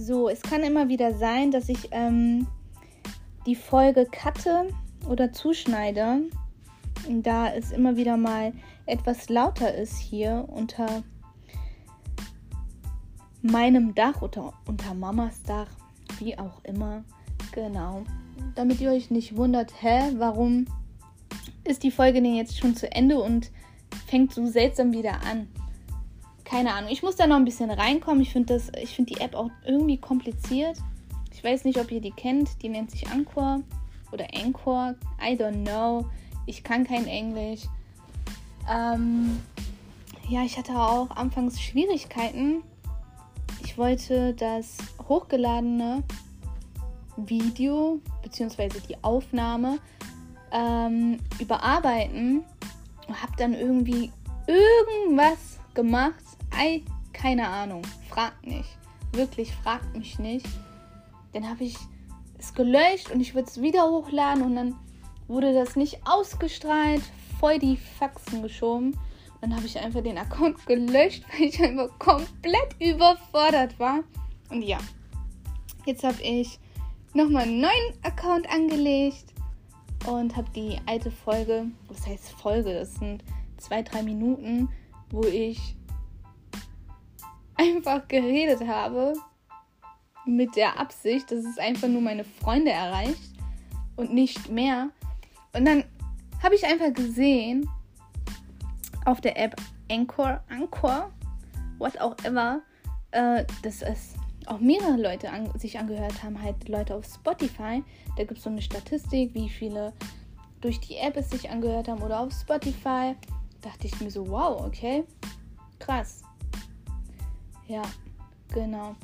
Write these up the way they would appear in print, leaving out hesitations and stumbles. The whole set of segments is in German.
So, es kann immer wieder sein, dass ich die Folge cutte oder zuschneide, da es immer wieder mal etwas lauter ist hier unter meinem Dach oder unter Mamas Dach, wie auch immer. Genau. Damit ihr euch nicht wundert, warum ist die Folge denn jetzt schon zu Ende und fängt so seltsam wieder an? Keine Ahnung. Ich muss da noch ein bisschen reinkommen. Ich finde die App auch irgendwie kompliziert. Ich weiß nicht, ob ihr die kennt. Die nennt sich Anchor oder Anchor. I don't know. Ich kann kein Englisch. Ich hatte auch anfangs Schwierigkeiten. Ich wollte das hochgeladene Video bzw. die Aufnahme überarbeiten und habe dann irgendwie irgendwas gemacht. Keine Ahnung. Fragt nicht. Wirklich, fragt mich nicht. Dann habe ich es gelöscht und ich würde es wieder hochladen und dann wurde das nicht ausgestrahlt, voll die Faxen geschoben. Dann habe ich einfach den Account gelöscht, weil ich einfach komplett überfordert war. Und ja, jetzt habe ich nochmal einen neuen Account angelegt und habe die alte Folge, was heißt Folge, das sind 2-3 Minuten, wo ich einfach geredet habe mit der Absicht, dass es einfach nur meine Freunde erreicht und nicht mehr. Und dann habe ich einfach gesehen auf der App Anchor, what auch immer, dass es auch mehrere Leute sich angehört haben, halt Leute auf Spotify. Da gibt es so eine Statistik, wie viele durch die App es sich angehört haben oder auf Spotify. Dachte ich mir so, wow, okay, krass. Ja, genau.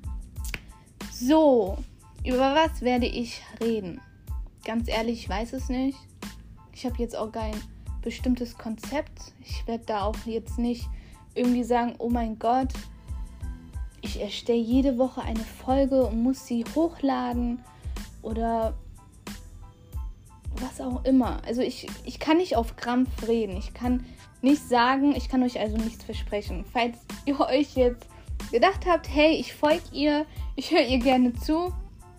So, über was werde ich reden? Ganz ehrlich, ich weiß es nicht. Ich habe jetzt auch kein bestimmtes Konzept. Ich werde da auch jetzt nicht irgendwie sagen, oh mein Gott, ich erstelle jede Woche eine Folge und muss sie hochladen oder was auch immer. Also ich kann nicht auf Krampf reden. Ich kann nicht sagen, ich kann euch also nichts versprechen. Falls ihr euch jetzt gedacht habt, hey, ich folge ihr, ich höre ihr gerne zu.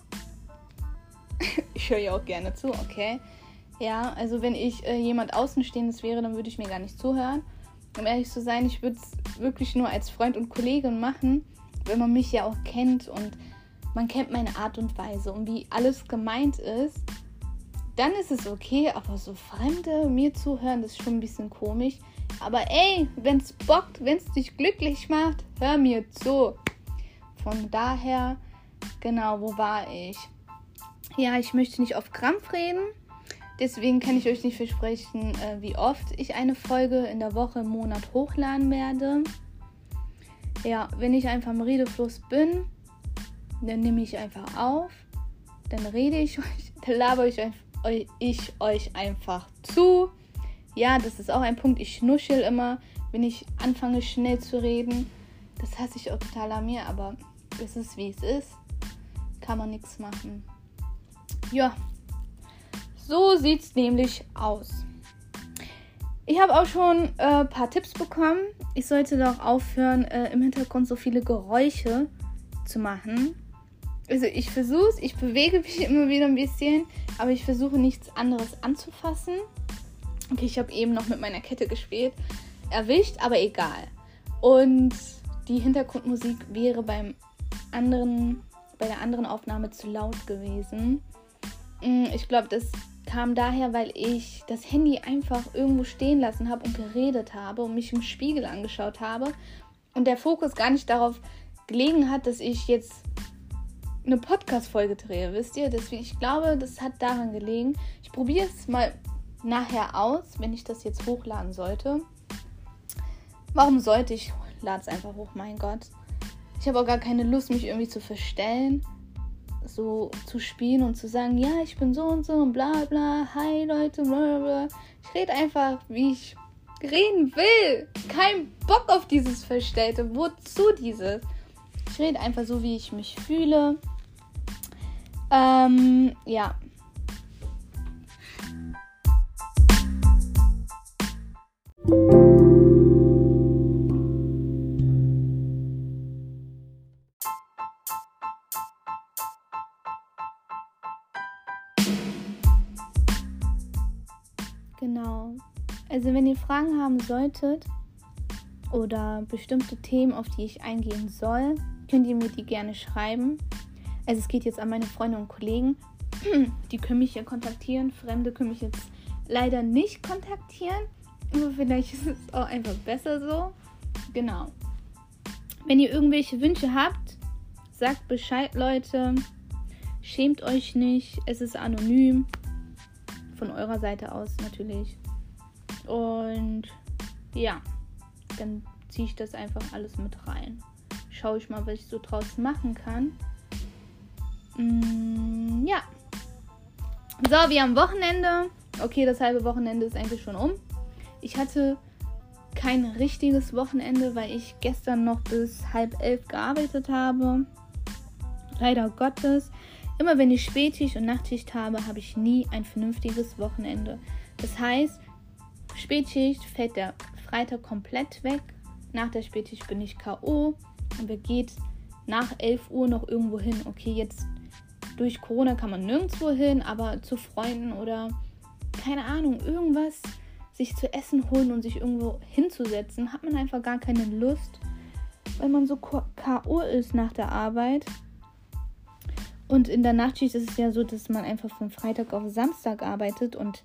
Ich höre ihr auch gerne zu, okay. Ja, also wenn ich jemand Außenstehendes wäre, dann würde ich mir gar nicht zuhören. Um ehrlich zu sein, ich würde es wirklich nur als Freund und Kollegin machen, wenn man mich ja auch kennt und man kennt meine Art und Weise und wie alles gemeint ist, dann ist es okay, aber so Fremde mir zuhören, das ist schon ein bisschen komisch. Aber ey, wenn's bockt, wenn's dich glücklich macht, hör mir zu. Von daher, genau, wo war ich? Ja, ich möchte nicht auf Krampf reden. Deswegen kann ich euch nicht versprechen, wie oft ich eine Folge in der Woche, im Monat hochladen werde. Ja, wenn ich einfach im Redefluss bin, dann nehme ich einfach auf. Dann rede ich euch, dann labere ich euch einfach zu. Ja, das ist auch ein Punkt. Ich schnuschel immer, wenn ich anfange schnell zu reden. Das hasse ich auch total an mir, aber es ist wie es ist. Kann man nichts machen. Ja, so sieht's nämlich aus. Ich habe auch schon ein paar Tipps bekommen. Ich sollte doch aufhören, im Hintergrund so viele Geräusche zu machen. Also ich versuche es, ich bewege mich immer wieder ein bisschen, aber ich versuche nichts anderes anzufassen. Okay, ich habe eben noch mit meiner Kette gespielt. Erwischt, aber egal. Und die Hintergrundmusik wäre bei der anderen Aufnahme zu laut gewesen. Ich glaube, das kam daher, weil ich das Handy einfach irgendwo stehen lassen habe und geredet habe und mich im Spiegel angeschaut habe und der Fokus gar nicht darauf gelegen hat, dass ich jetzt eine Podcast-Folge drehe, wisst ihr? Deswegen, ich glaube, das hat daran gelegen. Ich probiere es mal nachher aus, wenn ich das jetzt hochladen sollte. Warum sollte ich? Lade es einfach hoch, mein Gott. Ich habe auch gar keine Lust, mich irgendwie zu verstellen, so zu spielen und zu sagen, ja, ich bin so und so und bla bla, hi Leute, bla bla. Ich rede einfach, wie ich reden will. Kein Bock auf dieses Verstellte. Wozu dieses? Ich rede einfach so, wie ich mich fühle. Ja. Also wenn ihr Fragen haben solltet oder bestimmte Themen, auf die ich eingehen soll, könnt ihr mir die gerne schreiben. Also es geht jetzt an meine Freunde und Kollegen. Die können mich ja kontaktieren. Fremde können mich jetzt leider nicht kontaktieren. Aber vielleicht ist es auch einfach besser so. Genau. Wenn ihr irgendwelche Wünsche habt, sagt Bescheid, Leute. Schämt euch nicht. Es ist anonym. Von eurer Seite aus natürlich. Und ja, dann ziehe ich das einfach alles mit rein. Schaue ich mal, was ich so draus machen kann. Ja. So, wir haben Wochenende. Okay, das halbe Wochenende ist eigentlich schon um. Ich hatte kein richtiges Wochenende, weil ich gestern noch bis 10:30 gearbeitet habe. Leider Gottes. Immer wenn ich Spätschicht und Nachtschicht habe, habe ich nie ein vernünftiges Wochenende. Das heißt, Spätschicht fällt der Freitag komplett weg. Nach der Spätschicht bin ich K.O. und wir geht nach 11 Uhr noch irgendwo hin. Okay, jetzt durch Corona kann man nirgendwo hin, aber zu Freunden oder keine Ahnung, irgendwas sich zu essen holen und sich irgendwo hinzusetzen, hat man einfach gar keine Lust, weil man so K.O. ist nach der Arbeit. Und in der Nachtschicht ist es ja so, dass man einfach von Freitag auf Samstag arbeitet und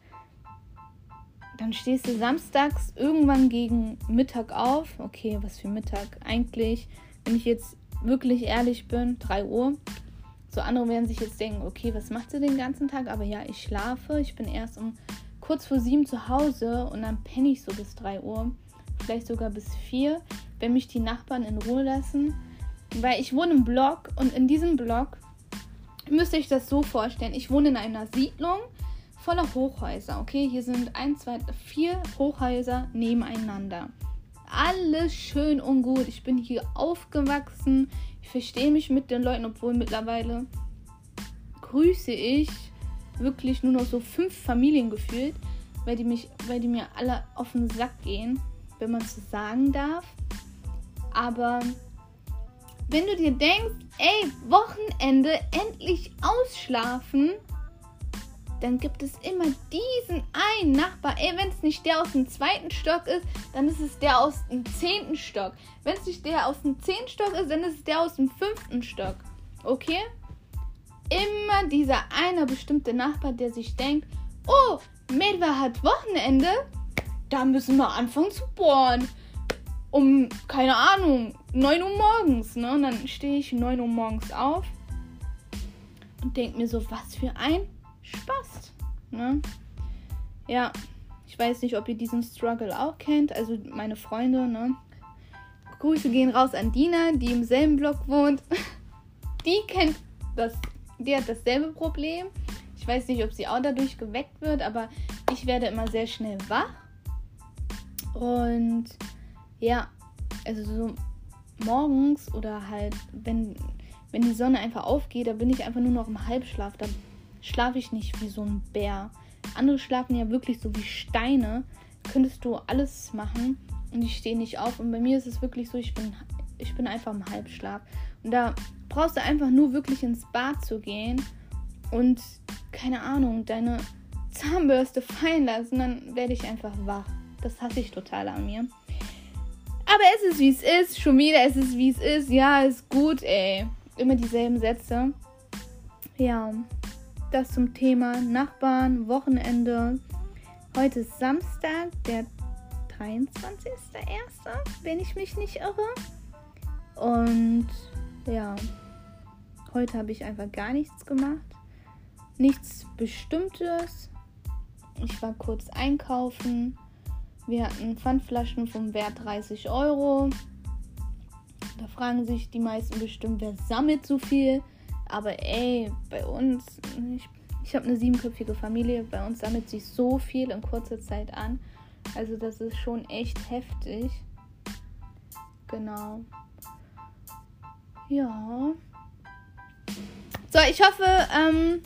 dann stehst du samstags irgendwann gegen Mittag auf. Okay, was für Mittag? Eigentlich, wenn ich jetzt wirklich ehrlich bin, 3 Uhr. So andere werden sich jetzt denken, okay, was macht sie den ganzen Tag? Aber ja, ich schlafe. Ich bin erst um kurz vor 7 zu Hause und dann penne ich so bis 3 Uhr. Vielleicht sogar bis 4, wenn mich die Nachbarn in Ruhe lassen. Weil ich wohne im Block und in diesem Block müsst ihr euch das so vorstellen. Ich wohne in einer Siedlung voller Hochhäuser. Okay, hier sind 1, 2, 4 Hochhäuser nebeneinander. Alles schön und gut. Ich bin hier aufgewachsen. Ich verstehe mich mit den Leuten, obwohl mittlerweile grüße ich wirklich nur noch so 5 Familien gefühlt, weil die mir alle auf den Sack gehen, wenn man es so sagen darf. Aber wenn du dir denkst, ey, Wochenende, endlich ausschlafen, dann gibt es immer diesen einen Nachbar. Ey, wenn es nicht der aus dem 2. Stock ist, dann ist es der aus dem 10. Stock. Wenn es nicht der aus dem 10. Stock ist, dann ist es der aus dem 5. Stock. Okay? Immer dieser eine bestimmte Nachbar, der sich denkt, oh, Medva hat Wochenende, da müssen wir anfangen zu bohren. Um, keine Ahnung, 9 Uhr morgens, ne? Und dann stehe ich 9 Uhr morgens auf und denke mir so, was für ein Spaß, ne? Ja, ich weiß nicht, ob ihr diesen Struggle auch kennt, also meine Freunde, ne? Grüße gehen raus an Dina, die im selben Block wohnt. Die hat dasselbe Problem. Ich weiß nicht, ob sie auch dadurch geweckt wird, aber ich werde immer sehr schnell wach. Und ja, also so morgens oder halt, wenn die Sonne einfach aufgeht, da bin ich einfach nur noch im Halbschlaf. Da schlafe ich nicht wie so ein Bär. Andere schlafen ja wirklich so wie Steine. Könntest du alles machen und ich stehe nicht auf. Und bei mir ist es wirklich so, ich bin einfach im Halbschlaf. Und da brauchst du einfach nur wirklich ins Bad zu gehen und, keine Ahnung, deine Zahnbürste fallen lassen, dann werde ich einfach wach. Das hasse ich total an mir. Aber es ist, wie es ist. Schon wieder, es ist, wie es ist. Ja, ist gut, ey. Immer dieselben Sätze. Ja, das zum Thema Nachbarn, Wochenende. Heute ist Samstag, der 23.01., wenn ich mich nicht irre. Und ja, heute habe ich einfach gar nichts gemacht. Nichts Bestimmtes. Ich war kurz einkaufen. Wir hatten Pfandflaschen vom Wert 30 Euro. Da fragen sich die meisten bestimmt, wer sammelt so viel? Aber ey, bei uns, ich habe eine 7-köpfige Familie, bei uns sammelt sich so viel in kurzer Zeit an. Also das ist schon echt heftig. Genau. Ja. So, ich hoffe,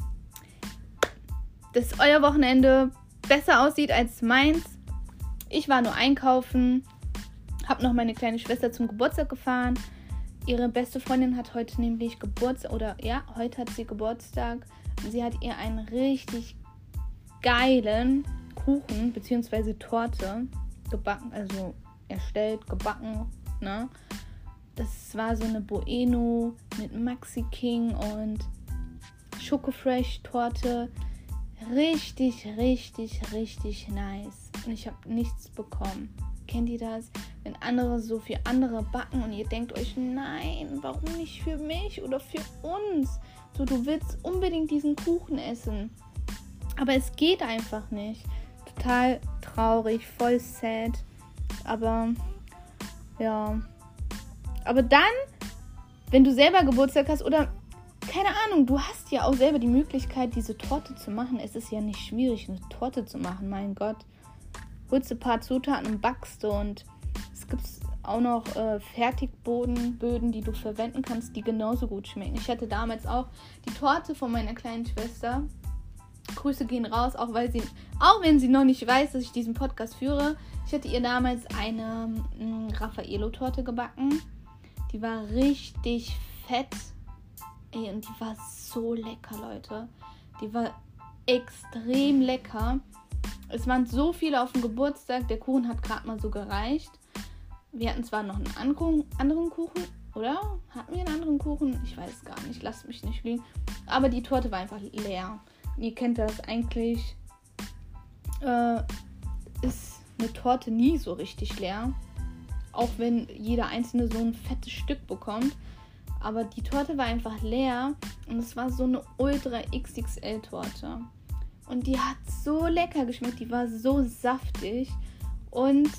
dass euer Wochenende besser aussieht als meins. Ich war nur einkaufen, habe noch meine kleine Schwester zum Geburtstag gefahren. Ihre beste Freundin hat heute nämlich Geburtstag, heute hat sie Geburtstag. Und sie hat ihr einen richtig geilen Kuchen bzw. Torte gebacken, also erstellt, gebacken, ne? Das war so eine Bueno mit Maxi King und Schokofresh-Torte. Richtig, richtig, richtig nice. Und ich habe nichts bekommen. Kennt ihr das? Wenn andere so für andere backen und ihr denkt euch, nein, warum nicht für mich oder für uns? So, du willst unbedingt diesen Kuchen essen. Aber es geht einfach nicht. Total traurig, voll sad. Aber, ja. Aber dann, wenn du selber Geburtstag hast oder, keine Ahnung, du hast ja auch selber die Möglichkeit, diese Torte zu machen. Es ist ja nicht schwierig, eine Torte zu machen, mein Gott. Holst ein paar Zutaten und backst du. Und es gibt auch noch Fertigböden, die du verwenden kannst, die genauso gut schmecken. Ich hatte damals auch die Torte von meiner kleinen Schwester. Grüße gehen raus, auch wenn sie noch nicht weiß, dass ich diesen Podcast führe. Ich hatte ihr damals eine Raffaello-Torte gebacken. Die war richtig fett. Ey, und die war so lecker, Leute. Die war extrem lecker. Es waren so viele auf dem Geburtstag. Der Kuchen hat gerade mal so gereicht. Wir hatten zwar noch einen anderen Kuchen, oder? Hatten wir einen anderen Kuchen? Ich weiß gar nicht. Lasst mich nicht lügen. Aber die Torte war einfach leer. Ihr kennt das eigentlich. Ist eine Torte nie so richtig leer. Auch wenn jeder Einzelne so ein fettes Stück bekommt. Aber die Torte war einfach leer. Und es war so eine Ultra XXL Torte. Und die hat so lecker geschmeckt. Die war so saftig. Und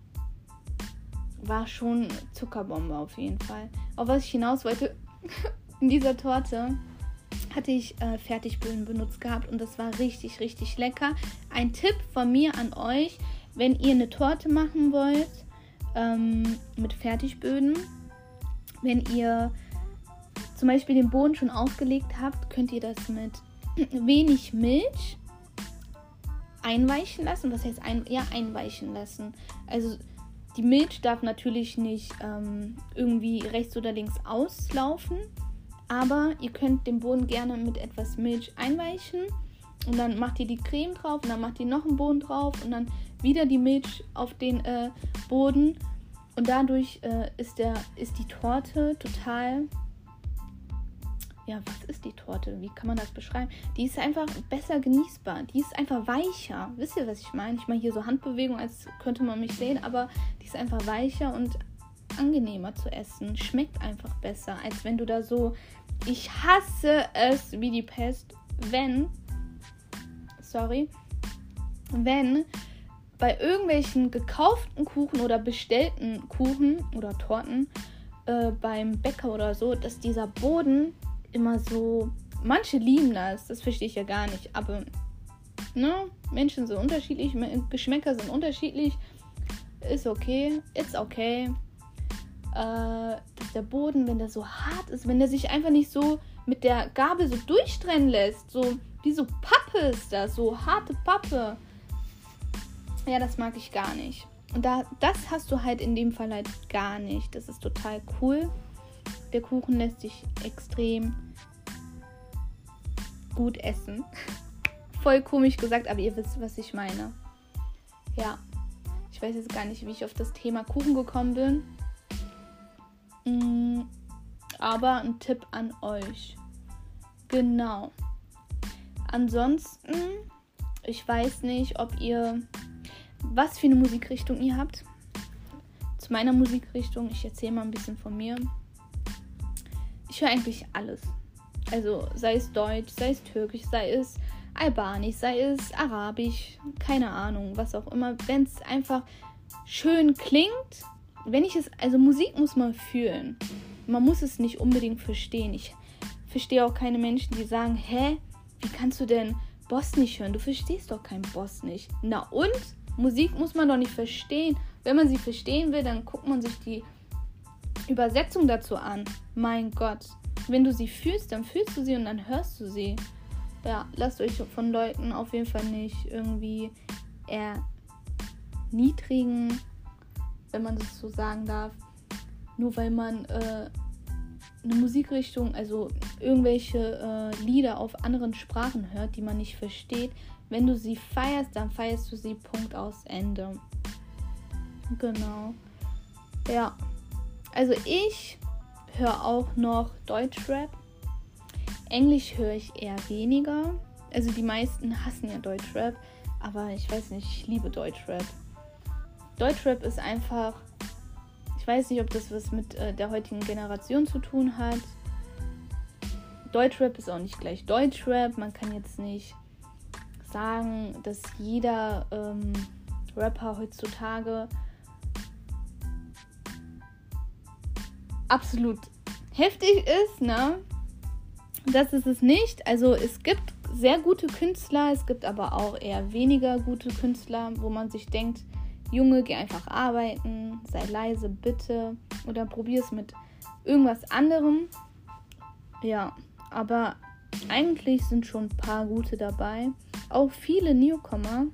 war schon Zuckerbombe auf jeden Fall. Auf was ich hinaus wollte, in dieser Torte hatte ich Fertigböden benutzt gehabt. Und das war richtig, richtig lecker. Ein Tipp von mir an euch, wenn ihr eine Torte machen wollt, mit Fertigböden. Wenn ihr zum Beispiel den Boden schon aufgelegt habt, könnt ihr das mit wenig Milch einweichen lassen. Was heißt einweichen lassen? Also die Milch darf natürlich nicht irgendwie rechts oder links auslaufen, aber ihr könnt den Boden gerne mit etwas Milch einweichen und dann macht ihr die Creme drauf und dann macht ihr noch einen Boden drauf und dann wieder die Milch auf den Boden und dadurch ist die Torte total... Ja, was ist die Torte? Wie kann man das beschreiben? Die ist einfach besser genießbar. Die ist einfach weicher. Wisst ihr, was ich meine? Ich mache hier so Handbewegungen, als könnte man mich sehen, aber die ist einfach weicher und angenehmer zu essen. Schmeckt einfach besser, als wenn du da so... Ich hasse es wie die Pest, wenn bei irgendwelchen gekauften Kuchen oder bestellten Kuchen oder Torten beim Bäcker oder so, dass dieser Boden immer so, manche lieben das verstehe ich ja gar nicht, aber ne, Menschen sind unterschiedlich, Geschmäcker sind unterschiedlich, ist okay, it's okay, dass der Boden, wenn der so hart ist, wenn der sich einfach nicht so mit der Gabel so durchtrennen lässt, so wie so Pappe ist das, so harte Pappe, ja, das mag ich gar nicht. Und das hast du halt in dem Fall halt gar nicht. Das ist total cool. Der Kuchen lässt sich extrem gut essen. Voll komisch gesagt, aber ihr wisst, was ich meine. Ja, ich weiß jetzt gar nicht, wie ich auf das Thema Kuchen gekommen bin. Aber ein Tipp an euch. Genau. Ansonsten, ich weiß nicht, was für eine Musikrichtung ihr habt. Zu meiner Musikrichtung, ich erzähle mal ein bisschen von mir. Ich höre eigentlich alles. Also sei es Deutsch, sei es Türkisch, sei es Albanisch, sei es Arabisch, keine Ahnung, was auch immer. Wenn es einfach schön klingt, also Musik muss man fühlen. Man muss es nicht unbedingt verstehen. Ich verstehe auch keine Menschen, die sagen, wie kannst du denn Boss nicht hören? Du verstehst doch keinen Boss nicht. Na und? Musik muss man doch nicht verstehen. Wenn man sie verstehen will, dann guckt man sich die Übersetzung dazu an. Mein Gott. Wenn du sie fühlst, dann fühlst du sie und dann hörst du sie. Ja, lasst euch von Leuten auf jeden Fall nicht irgendwie erniedrigen, wenn man das so sagen darf. Nur weil man eine Musikrichtung, also irgendwelche Lieder auf anderen Sprachen hört, die man nicht versteht, wenn du sie feierst, dann feierst du sie, Punkt, aus, Ende. Genau. Ja. Also ich höre auch noch Deutschrap. Englisch höre ich eher weniger. Also die meisten hassen ja Deutschrap, aber ich weiß nicht, ich liebe Deutschrap. Deutschrap ist einfach, ich weiß nicht, ob das was mit der heutigen Generation zu tun hat. Deutschrap ist auch nicht gleich Deutschrap. Man kann jetzt nicht sagen, dass jeder Rapper heutzutage absolut heftig ist, ne? Das ist es nicht. Also es gibt sehr gute Künstler, es gibt aber auch eher weniger gute Künstler, wo man sich denkt, Junge, geh einfach arbeiten, sei leise, bitte. Oder probier es mit irgendwas anderem. Ja, aber eigentlich sind schon ein paar gute dabei. Auch viele Newcomer.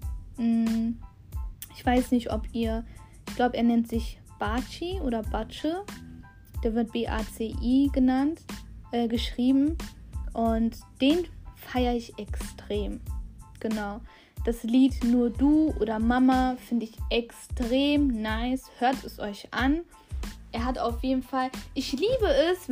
Ich weiß nicht, ich glaube, er nennt sich Baci oder Bace. Der wird B-A-C-I genannt, geschrieben. Und den feiere ich extrem. Genau. Das Lied Nur Du oder Mama finde ich extrem nice. Hört es euch an. Er hat auf jeden Fall... Ich liebe es,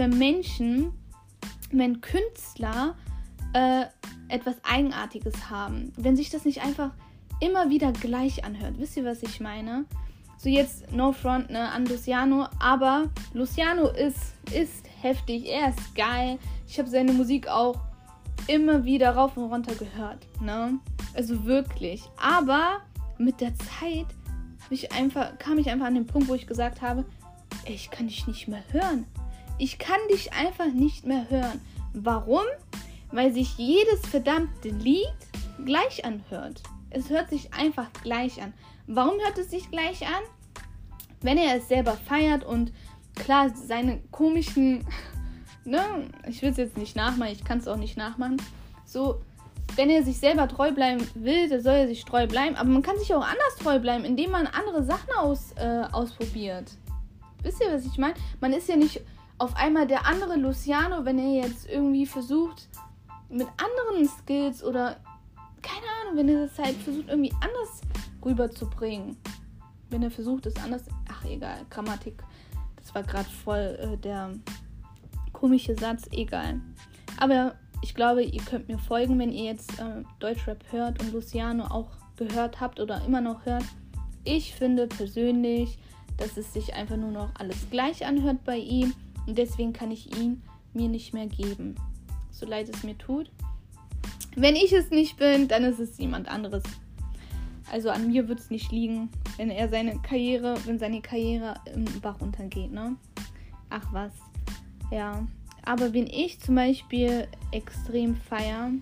wenn Künstler etwas Eigenartiges haben. Wenn sich das nicht einfach immer wieder gleich anhört. Wisst ihr, was ich meine? So jetzt no front, ne, an Luciano. Aber Luciano ist heftig. Er ist geil. Ich habe seine Musik auch immer wieder rauf und runter gehört, ne? Also wirklich. Aber mit der Zeit kam ich einfach an den Punkt, wo ich gesagt habe, ey, ich kann dich nicht mehr hören. Ich kann dich einfach nicht mehr hören. Warum? Weil sich jedes verdammte Lied gleich anhört. Es hört sich einfach gleich an. Warum hört es sich gleich an? Wenn er es selber feiert und klar, seine komischen, ne, ich will es jetzt nicht nachmachen, ich kann es auch nicht nachmachen, so, wenn er sich selber treu bleiben will, dann soll er sich treu bleiben, aber man kann sich auch anders treu bleiben, indem man andere Sachen ausprobiert. Wisst ihr, was ich meine? Man ist ja nicht auf einmal der andere Luciano, wenn er jetzt irgendwie versucht, mit anderen Skills oder, keine Ahnung, wenn er das halt versucht, irgendwie anders rüberzubringen. Wenn er versucht, es anders, ach egal, Grammatik, das war gerade voll der komische Satz, egal. Aber ich glaube, ihr könnt mir folgen, wenn ihr jetzt Deutschrap hört und Luciano auch gehört habt oder immer noch hört. Ich finde persönlich, dass es sich einfach nur noch alles gleich anhört bei ihm und deswegen kann ich ihn mir nicht mehr geben. So leid es mir tut. Wenn ich es nicht bin, dann ist es jemand anderes. Also an mir wird es nicht liegen, wenn seine Karriere im Bach runtergeht, ne? Ach was. Ja. Aber wen ich zum Beispiel extrem feiere,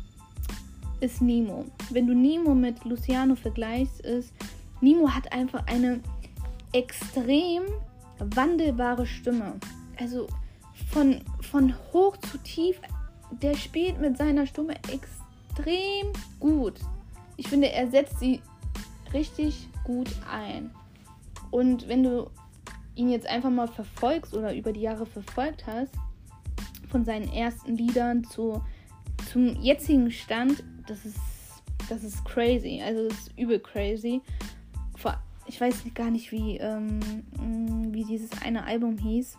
ist Nemo. Wenn du Nemo mit Luciano vergleichst, Nemo hat einfach eine extrem wandelbare Stimme. Also von hoch zu tief, der spielt mit seiner Stimme extrem gut. Ich finde, er setzt sie richtig gut ein. Und wenn du ihn jetzt einfach mal verfolgst oder über die Jahre verfolgt hast, von seinen ersten Liedern zum jetzigen Stand, das ist crazy. Also das ist übel crazy. Ich weiß gar nicht, wie dieses eine Album hieß.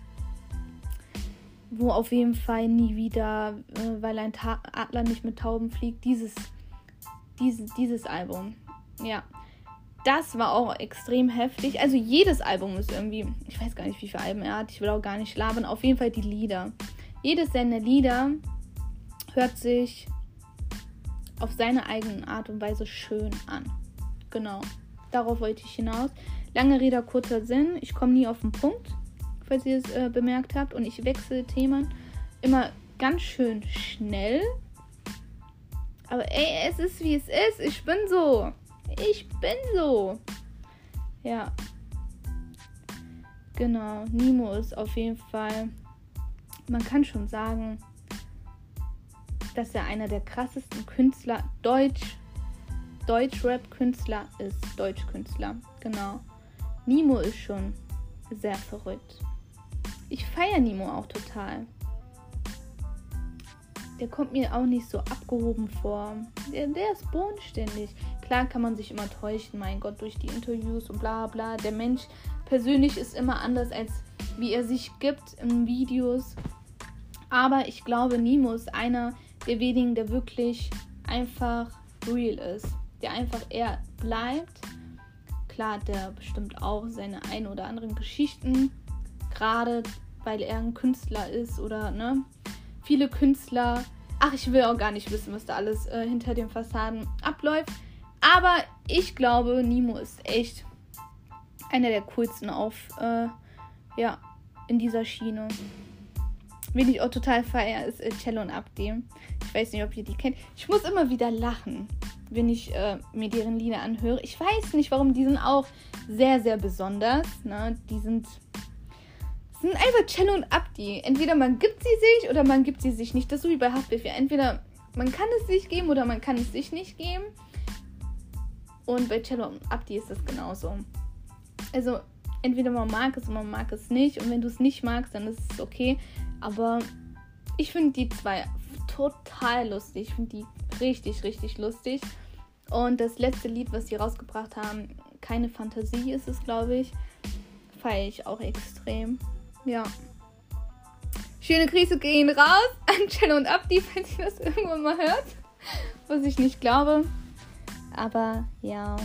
Wo auf jeden Fall nie wieder, weil ein Adler nicht mit Tauben fliegt, dieses Album. Ja. Das war auch extrem heftig. Also jedes Album ist irgendwie, ich weiß gar nicht, wie viele Alben er hat. Ich will auch gar nicht labern. Auf jeden Fall die Lieder. Jedes seiner Lieder hört sich auf seine eigene Art und Weise schön an. Genau. Darauf wollte ich hinaus. Lange Rede, kurzer Sinn. Ich komme nie auf den Punkt, falls ihr es bemerkt habt. Und ich wechsle Themen immer ganz schön schnell. Aber ey, es ist wie es ist. Ich bin so. Ja. Genau. Nemo ist auf jeden Fall, man kann schon sagen, dass er einer der krassesten Künstler, Deutsch-Rap-Künstler ist. Deutschkünstler, genau. Nemo ist schon sehr verrückt. ich feiere Nemo auch total. Der kommt mir auch nicht so abgehoben vor. Der ist bodenständig. Klar kann man sich immer täuschen, mein Gott, durch die Interviews und bla bla. Der Mensch persönlich ist immer anders, als wie er sich gibt in Videos. Aber ich glaube, Nemo ist einer der wenigen, der wirklich einfach real ist. Der einfach eher bleibt. Klar, der bestimmt auch seine ein oder anderen Geschichten. Gerade weil er ein Künstler ist oder, ne? Viele Künstler, ich will auch gar nicht wissen, was da alles hinter den Fassaden abläuft. Aber ich glaube, Nemo ist echt einer der coolsten in dieser Schiene. Wen ich auch total feiere, ist Cello und Abdi. Ich weiß nicht, ob ihr die kennt. Ich muss immer wieder lachen, wenn ich mir deren Lieder anhöre. Ich weiß nicht, warum. Die sind auch sehr, sehr besonders. Ne? Die sind einfach Cello und Abdi. Entweder man gibt sie sich oder man gibt sie sich nicht. Das ist so wie bei Haftbefehl. Entweder man kann es sich geben oder man kann es sich nicht geben. Und bei Cello und Abdi ist das genauso. Also entweder man mag es oder man mag es nicht. Und wenn du es nicht magst, dann ist es okay. Aber ich finde die zwei total lustig. Ich finde die richtig, richtig lustig. Und das letzte Lied, was sie rausgebracht haben, Keine Fantasie ist es, glaube ich, feiere ich auch extrem. Ja. Schöne Grüße gehen raus an Cello und Abdi, falls ihr das irgendwann mal hört. Was ich nicht glaube. Aber ja.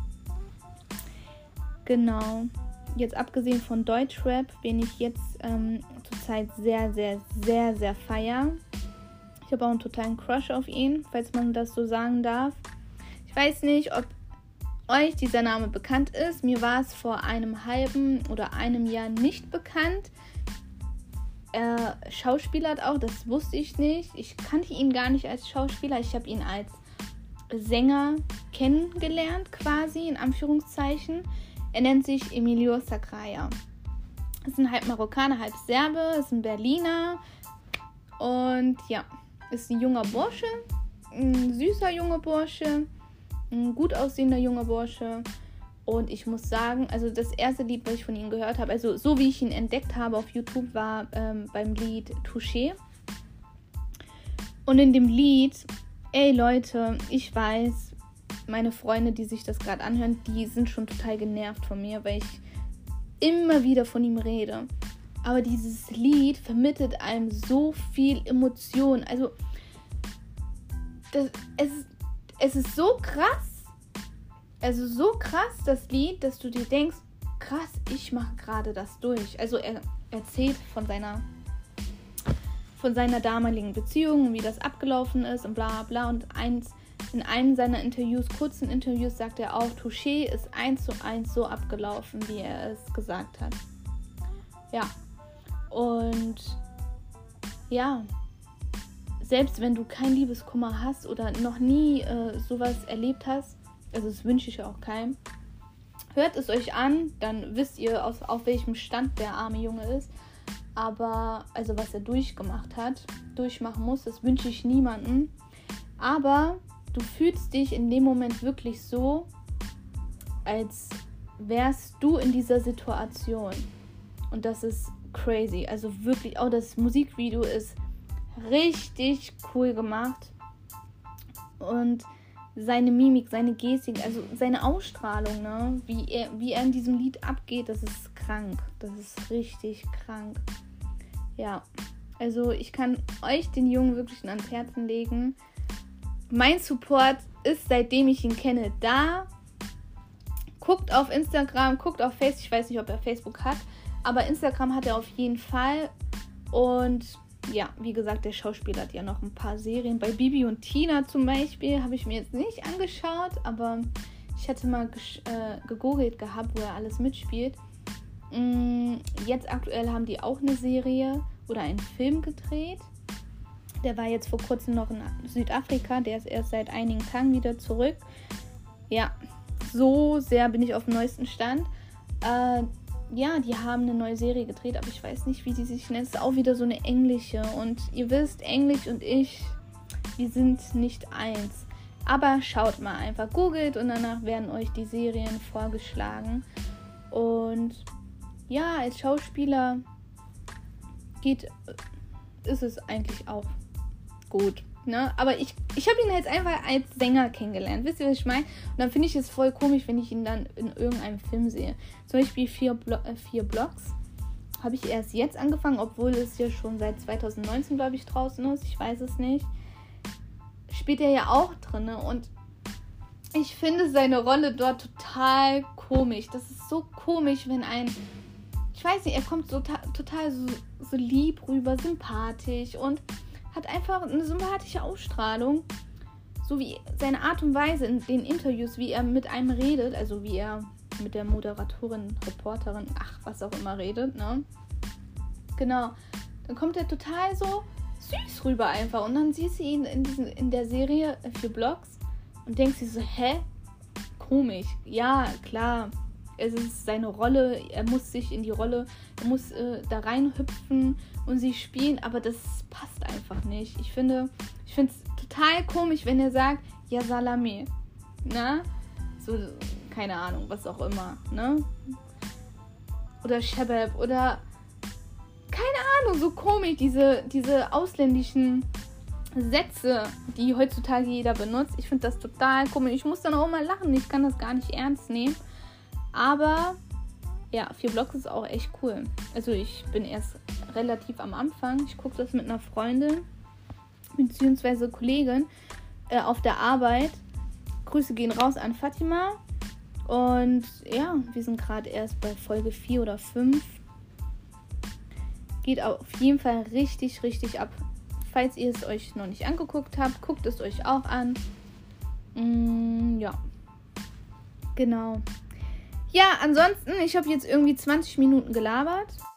Genau. Jetzt abgesehen von Deutschrap, wen ich jetzt zurzeit sehr, sehr, sehr, sehr feiere. Ich habe auch einen totalen Crush auf ihn, falls man das so sagen darf. Ich weiß nicht, ob euch dieser Name bekannt ist. Mir war es vor einem halben oder einem Jahr nicht bekannt. Er schauspielert auch, das wusste ich nicht. Ich kannte ihn gar nicht als Schauspieler. Ich habe ihn als Sänger kennengelernt, quasi, in Anführungszeichen. Er nennt sich Emilio Sacraia. Ist ein halb Marokkaner, halb Serbe, ist ein Berliner. Und ja, ist ein junger Bursche, ein süßer junger Bursche, ein gut aussehender junger Bursche. Und ich muss sagen, also das erste Lied, was ich von ihm gehört habe, also so wie ich ihn entdeckt habe auf YouTube, war beim Lied Touché. Und in dem Lied, ey Leute, ich weiß, meine Freunde, die sich das gerade anhören, die sind schon total genervt von mir, weil ich immer wieder von ihm rede. Aber dieses Lied vermittelt einem so viel Emotion. Also, es ist so krass. Also so krass, das Lied, dass du dir denkst, krass, ich mache gerade das durch. Also er erzählt von seiner damaligen Beziehung, wie das abgelaufen ist und bla bla. Und in einem seiner kurzen Interviews, sagt er auch, Touché ist 1:1 so abgelaufen, wie er es gesagt hat. Ja. Und ja, selbst wenn du kein Liebeskummer hast oder noch nie sowas erlebt hast, also das wünsche ich auch keinem, hört es euch an, dann wisst ihr, auf welchem Stand der arme Junge ist. Aber, also was er durchmachen muss, das wünsche ich niemandem. Aber du fühlst dich in dem Moment wirklich so, als wärst du in dieser Situation. Und das ist crazy. Also wirklich, auch das Musikvideo ist richtig cool gemacht. Und seine Mimik, seine Gestik, also seine Ausstrahlung, ne? Wie er in diesem Lied abgeht, das ist krank. Das ist richtig krank. Ja, also ich kann euch den Jungen wirklich ans Herzen legen. Mein Support ist, seitdem ich ihn kenne, da. Guckt auf Instagram, guckt auf Facebook. Ich weiß nicht, ob er Facebook hat, aber Instagram hat er auf jeden Fall. Und ja, wie gesagt, der Schauspieler hat ja noch ein paar Serien. Bei Bibi und Tina zum Beispiel habe ich mir jetzt nicht angeschaut, aber ich hatte mal gegoogelt gehabt, wo er alles mitspielt. Jetzt aktuell haben die auch eine Serie oder einen Film gedreht. Der war jetzt vor kurzem noch in Südafrika. Der ist erst seit einigen Tagen wieder zurück. Ja, so sehr bin ich auf dem neuesten Stand. Ja, die haben eine neue Serie gedreht, aber ich weiß nicht, wie die sich nennt. Es ist auch wieder so eine englische. Und ihr wisst, Englisch und ich, wir sind nicht eins. Aber schaut mal einfach, googelt und danach werden euch die Serien vorgeschlagen. Und ja, als Schauspieler ist es eigentlich auch gut. Ne? Aber ich habe ihn jetzt einfach als Sänger kennengelernt. Wisst ihr, was ich meine? Und dann finde ich es voll komisch, wenn ich ihn dann in irgendeinem Film sehe. Zum Beispiel 4 Blocks. Habe ich erst jetzt angefangen, obwohl es ja schon seit 2019, glaube ich, draußen ist. Ich weiß es nicht. Spielt er ja auch drin. Und ich finde seine Rolle dort total komisch. Das ist so komisch, wenn ich weiß nicht, er kommt so total so lieb rüber, sympathisch und hat einfach eine sympathische Ausstrahlung. So wie seine Art und Weise in den Interviews, wie er mit einem redet, also wie er mit der Moderatorin, Reporterin, was auch immer redet, ne? Genau. Dann kommt er total so süß rüber einfach. Und dann siehst du ihn in der Serie 4 Blocks und denkst dir so, hä? Komisch. Ja, klar. Es ist seine Rolle. Er muss sich in die Rolle, er muss da reinhüpfen und sie spielen, aber das passt einfach nicht. Ich finde es total komisch, wenn er sagt, ja, Salame. Na? So, keine Ahnung, was auch immer, ne? Oder Shabab oder keine Ahnung, so komisch, diese ausländischen Sätze, die heutzutage jeder benutzt. Ich finde das total komisch. Ich muss dann auch mal lachen, ich kann das gar nicht ernst nehmen. Aber ja, 4 Blocks ist auch echt cool. Also ich bin erst relativ am Anfang. Ich gucke das mit einer Freundin bzw. Kollegin auf der Arbeit. Grüße gehen raus an Fatima. Und ja, wir sind gerade erst bei Folge 4 oder 5. Geht auf jeden Fall richtig, richtig ab. Falls ihr es euch noch nicht angeguckt habt, guckt es euch auch an. Ja. Genau. Ja, ansonsten, ich habe jetzt irgendwie 20 Minuten gelabert.